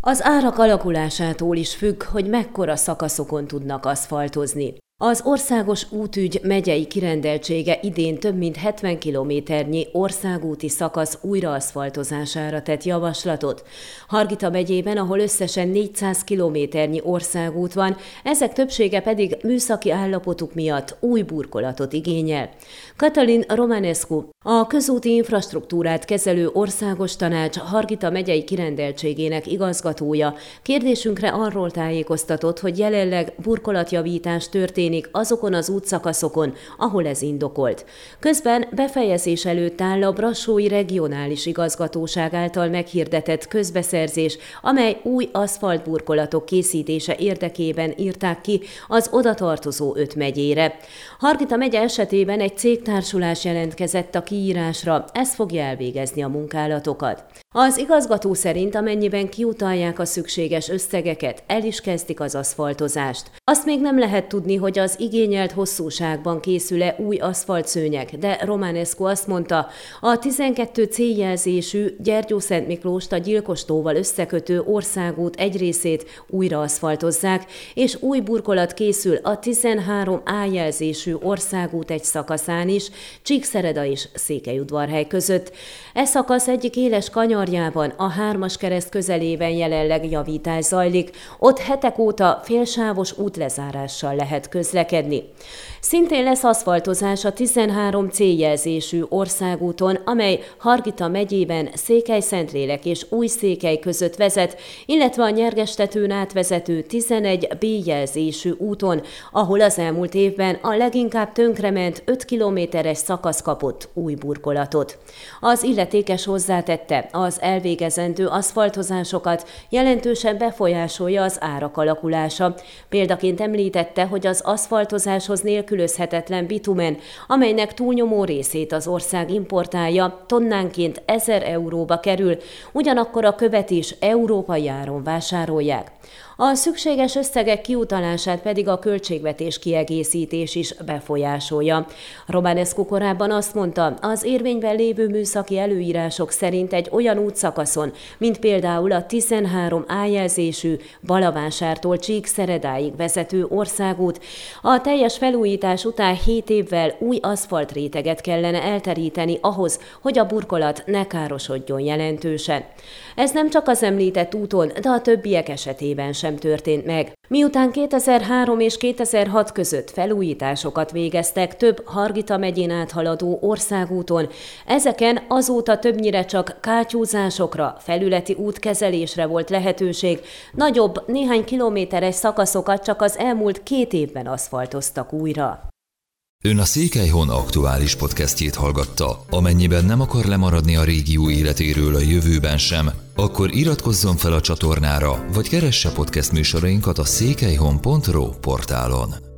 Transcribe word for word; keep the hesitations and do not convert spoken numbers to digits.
Az árak alakulásától is függ, hogy mekkora szakaszokon tudnak aszfaltozni. Az Országos Útügy megyei kirendeltsége idén több mint hetven kilométernyi országúti szakasz újraaszfaltozására tett javaslatot. Hargita megyében, ahol összesen négyszáz kilométernyi országút van, ezek többsége pedig műszaki állapotuk miatt új burkolatot igényel. Katalin Romanescu, a közúti infrastruktúrát kezelő országos tanács Hargita megyei kirendeltségének igazgatója kérdésünkre arról tájékoztatott, hogy jelenleg burkolatjavítás történik azokon az útszakaszokon, ahol ez indokolt. Közben befejezés előtt áll a Brassói Regionális Igazgatóság által meghirdetett közbeszerzés, amely új aszfaltburkolatok készítése érdekében írták ki az oda tartozó öt megyére. Hargita megye esetében egy cégtársulás jelentkezett a kiírásra, ez fogja elvégezni a munkálatokat. Az igazgató szerint, amennyiben kiutalják a szükséges összegeket, el is kezdik az aszfaltozást. Azt még nem lehet tudni, hogy az igényelt hosszúságban készül-e új aszfaltszőnyeg, de Romanescu azt mondta, a tizenkettő céljelzésű Gyergyószent Miklóst a Gyilkostóval összekötő országút egy részét újra aszfaltozzák, és új burkolat készül a tizenhárom á jelzésű országút egy szakaszán is, Csíkszereda és Székelyudvarhely között. E szakasz egyik éles kanyarjában, a Hármas kereszt közelében jelenleg javítás zajlik, ott hetek óta félsávos útlezárással lehet közlekedni. Szintén lesz aszfaltozás a tizenhárom cé jelzésű országúton, amely Hargita megyében Székely-Szentlélek és Újszékely között vezet, illetve a Nyergestetőn átvezető tizenegy bé jelzésű úton, ahol az elmúlt évben a leginkább tönkrement öt kilométeres szakasz kapott új burkolatot. Az illetékes hozzátette, az elvégezendő aszfaltozásokat jelentősen befolyásolja az árak alakulása. Példaként említette, hogy az aszfaltozáshoz nélkülözhetetlen bitumen, amelynek túlnyomó részét az ország importálja, tonnánként ezer euróba kerül, ugyanakkor a követ is európai áron vásárolják. A szükséges összegek kiutalását pedig a költségvetés kiegészítés is befolyásolja. Romanescu korábban azt mondta, az érvényben lévő műszaki előírások szerint egy olyan útszakaszon, mint például a tizenhárom á jelzésű Balavásártól Csíkszeredáig vezető országút, a teljes felújítás után hét évvel új aszfaltréteget kellene elteríteni ahhoz, hogy a burkolat ne károsodjon jelentősen. Ez nem csak az említett úton, de a többiek esetében sem történt meg. Miután kétezer-három és kétezer-hat között felújításokat végeztek több Hargita megyén áthaladó országúton, ezeken azóta többnyire csak kátyúzásokra, felületi útkezelésre volt lehetőség, nagyobb, néhány kilométeres szakaszokat csak az elmúlt két évben aszfaltoztak újra. Ön a Székelyhon aktuális podcastjét hallgatta. Amennyiben nem akar lemaradni a régió életéről a jövőben sem, akkor iratkozzon fel a csatornára, vagy keresse podcast műsorainkat a székelyhon pont ro portálon.